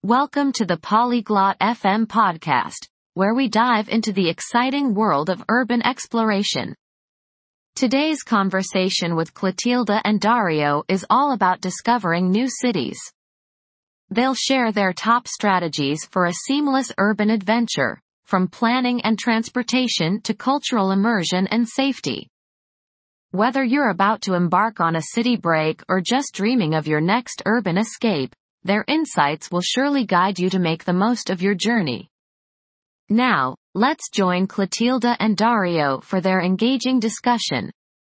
Welcome to the Polyglot FM podcast, where we dive into the exciting world of urban exploration. Today's conversation with Clotilde and Dario is all about discovering new cities. They'll share their top strategies for a seamless urban adventure, from planning and transportation to cultural immersion and safety. Whether you're about to embark on a city break or just dreaming of your next urban escape, their insights will surely guide you to make the most of your journey. Now, let's join Clotilde and Dario for their engaging discussion.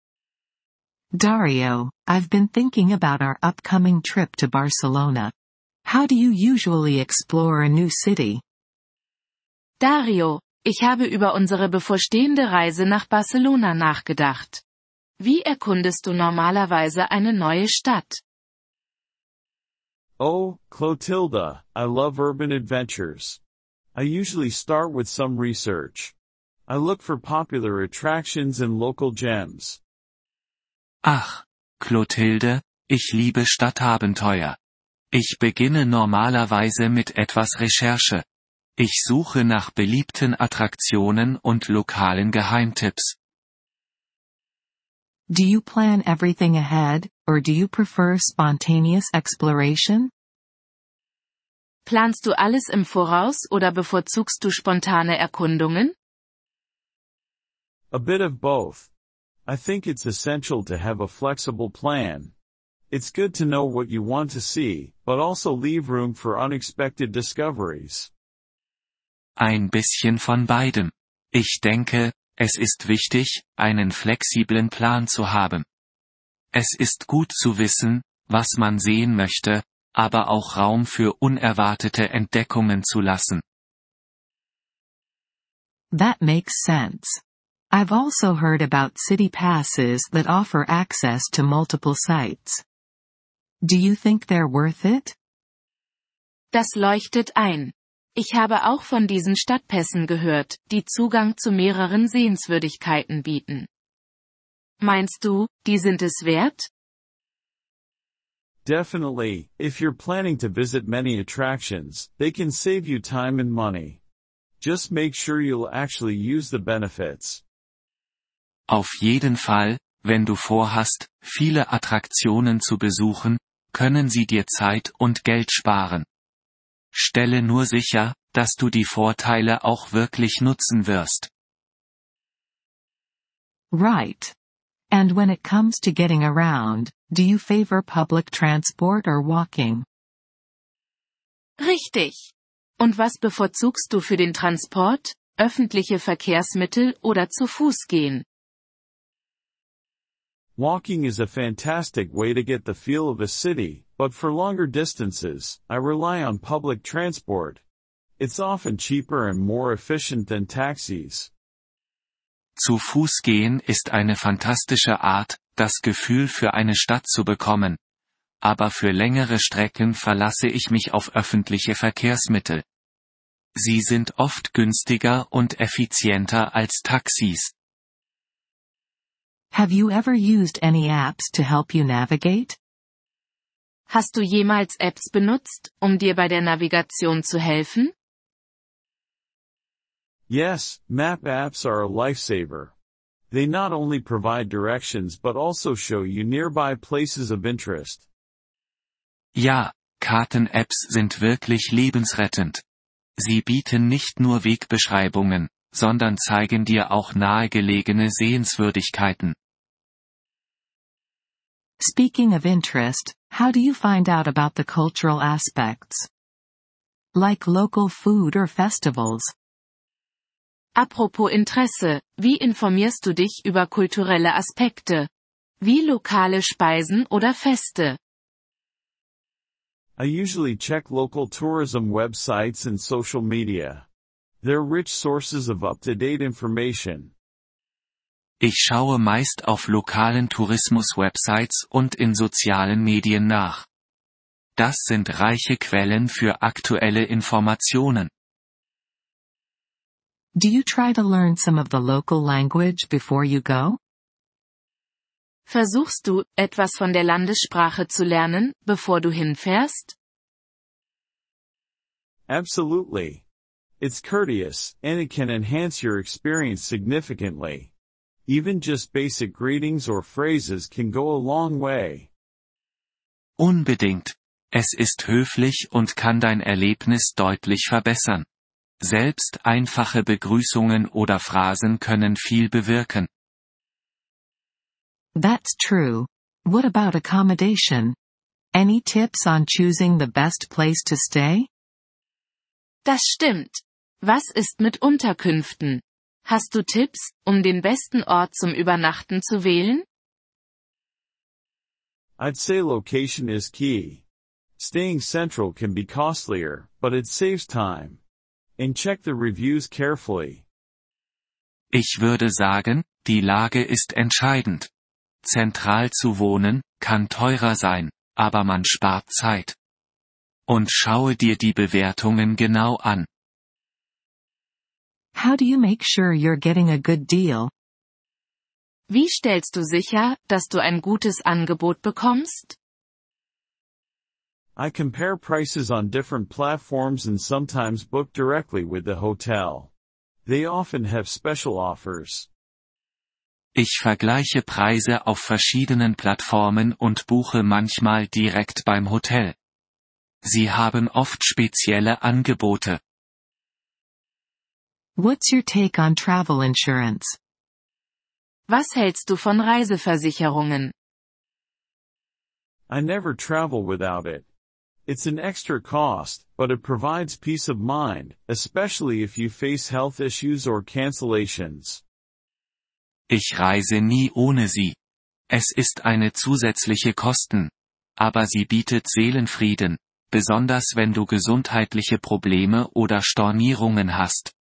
Dario, I've been thinking about our upcoming trip to Barcelona. How do you usually explore a new city? Dario, ich habe über unsere bevorstehende Reise nach Barcelona nachgedacht. Wie erkundest du normalerweise eine neue Stadt? Oh, Clotilde, I love urban adventures. I usually start with some research. I look for popular attractions and local gems. Ach, Clotilde, ich liebe Stadtabenteuer. Ich beginne normalerweise mit etwas Recherche. Ich suche nach beliebten Attraktionen und lokalen Geheimtipps. Do you plan everything ahead, or do you prefer spontaneous exploration? Planst du alles im Voraus oder bevorzugst du spontane Erkundungen? A bit of both. I think it's essential to have a flexible plan. It's good to know what you want to see, but also leave room for unexpected discoveries. Ein bisschen von beidem. Ich denke, es ist wichtig, einen flexiblen Plan zu haben. Es ist gut zu wissen, was man sehen möchte, aber auch Raum für unerwartete Entdeckungen zu lassen. That makes sense. I've also heard about city passes that offer access to multiple sites. Do you think they're worth it? Das leuchtet ein. Ich habe auch von diesen Stadtpässen gehört, die Zugang zu mehreren Sehenswürdigkeiten bieten. Meinst du, die sind es wert? Definitely, if you're planning to visit many attractions, they can save you time and money. Just make sure you'll actually use the benefits. Auf jeden Fall, wenn du vorhast, viele Attraktionen zu besuchen, können sie dir Zeit und Geld sparen. Stelle nur sicher, dass du die Vorteile auch wirklich nutzen wirst. Right. And when it comes to getting around, do you favor public transport or walking? Richtig. Und was bevorzugst du für den Transport, öffentliche Verkehrsmittel oder zu Fuß gehen? Walking is a fantastic way to get the feel of a city, but for longer distances, I rely on public transport. It's often cheaper and more efficient than taxis. Zu Fuß gehen ist eine fantastische Art, das Gefühl für eine Stadt zu bekommen. Aber für längere Strecken verlasse ich mich auf öffentliche Verkehrsmittel. Sie sind oft günstiger und effizienter als Taxis. Have you ever used any apps to help you navigate? Hast du jemals Apps benutzt, um dir bei der Navigation zu helfen? Yes, map apps are a lifesaver. They not only provide directions but also show you nearby places of interest. Ja, Karten-Apps sind wirklich lebensrettend. Sie bieten nicht nur Wegbeschreibungen, sondern zeigen dir auch nahegelegene Sehenswürdigkeiten. Speaking of interest, how do you find out about the cultural aspects? Like local food or festivals? Apropos Interesse, wie informierst du dich über kulturelle Aspekte? Wie lokale Speisen oder Feste? I usually check local tourism websites and social media. They're rich sources of up-to-date information. Ich schaue meist auf lokalen Tourismus-Websites und in sozialen Medien nach. Das sind reiche Quellen für aktuelle Informationen. Do you try to learn some of the local language before you go? Versuchst du, etwas von der Landessprache zu lernen, bevor du hinfährst? Absolutely. It's courteous, and it can enhance your experience significantly. Even just basic greetings or phrases can go a long way. Unbedingt. Es ist höflich und kann dein Erlebnis deutlich verbessern. Selbst einfache Begrüßungen oder Phrasen können viel bewirken. That's true. What about accommodation? Any tips on choosing the best place to stay? Das stimmt. Was ist mit Unterkünften? Hast du Tipps, um den besten Ort zum Übernachten zu wählen? I'd say location is key. Staying central can be costlier, but it saves time. And check the reviews carefully. Ich würde sagen, die Lage ist entscheidend. Zentral zu wohnen, kann teurer sein, aber man spart Zeit. Und schaue dir die Bewertungen genau an. How do you make sure you're getting a good deal? Wie stellst du sicher, dass du ein gutes Angebot bekommst? I compare prices on different platforms and sometimes book directly with the hotel. They often have special offers. Ich vergleiche Preise auf verschiedenen Plattformen und buche manchmal direkt beim Hotel. Sie haben oft spezielle Angebote. What's your take on travel insurance? Was hältst du von Reiseversicherungen? I never travel without it. It's an extra cost, but it provides peace of mind, especially if you face health issues or cancellations. Ich reise nie ohne sie. Es ist eine zusätzliche Kosten. Aber sie bietet Seelenfrieden, besonders wenn du gesundheitliche Probleme oder Stornierungen hast.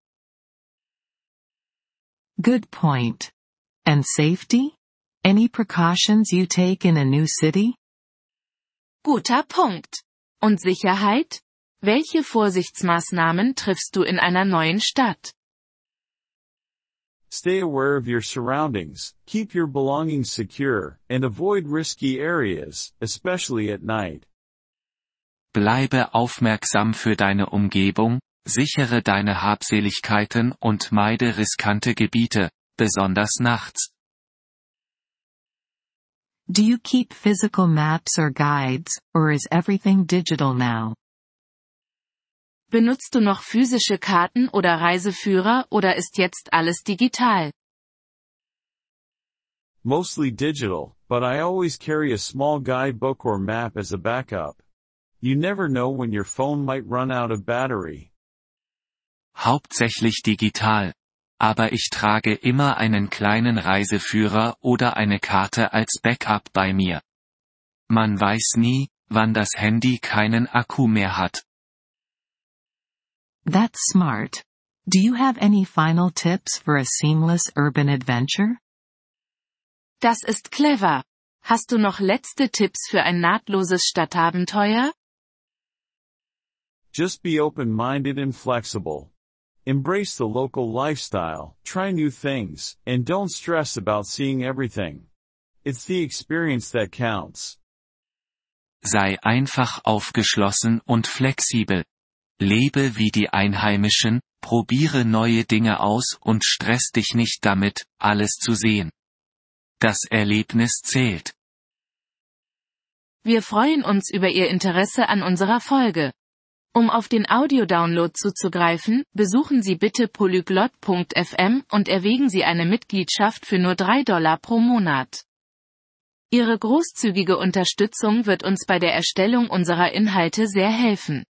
Good point. And safety? Any precautions you take in a new city? Guter Punkt. Und Sicherheit? Welche Vorsichtsmaßnahmen triffst du in einer neuen Stadt? Stay aware of your surroundings, keep your belongings secure, and avoid risky areas, especially at night. Bleibe aufmerksam für deine Umgebung, sichere deine Habseligkeiten und meide riskante Gebiete, besonders nachts. Do you keep physical maps or guides, or is everything digital now? Benutzt du noch physische Karten oder Reiseführer oder ist jetzt alles digital? Mostly digital, but I always carry a small guidebook or map as a backup. You never know when your phone might run out of battery. Hauptsächlich digital. Aber ich trage immer einen kleinen Reiseführer oder eine Karte als Backup bei mir. Man weiß nie, wann das Handy keinen Akku mehr hat. That's smart. Do you have any final tips for a seamless urban adventure? Das ist clever. Hast du noch letzte Tipps für ein nahtloses Stadtabenteuer? Just be open-minded and flexible. Embrace the local lifestyle, try new things, and don't stress about seeing everything. It's the experience that counts. Sei einfach aufgeschlossen und flexibel. Lebe wie die Einheimischen, probiere neue Dinge aus und stress dich nicht damit, alles zu sehen. Das Erlebnis zählt. Wir freuen uns über Ihr Interesse an unserer Folge. Um auf den Audiodownload zuzugreifen, besuchen Sie bitte polyglot.fm und erwägen Sie eine Mitgliedschaft für nur $3 pro Monat. Ihre großzügige Unterstützung wird uns bei der Erstellung unserer Inhalte sehr helfen.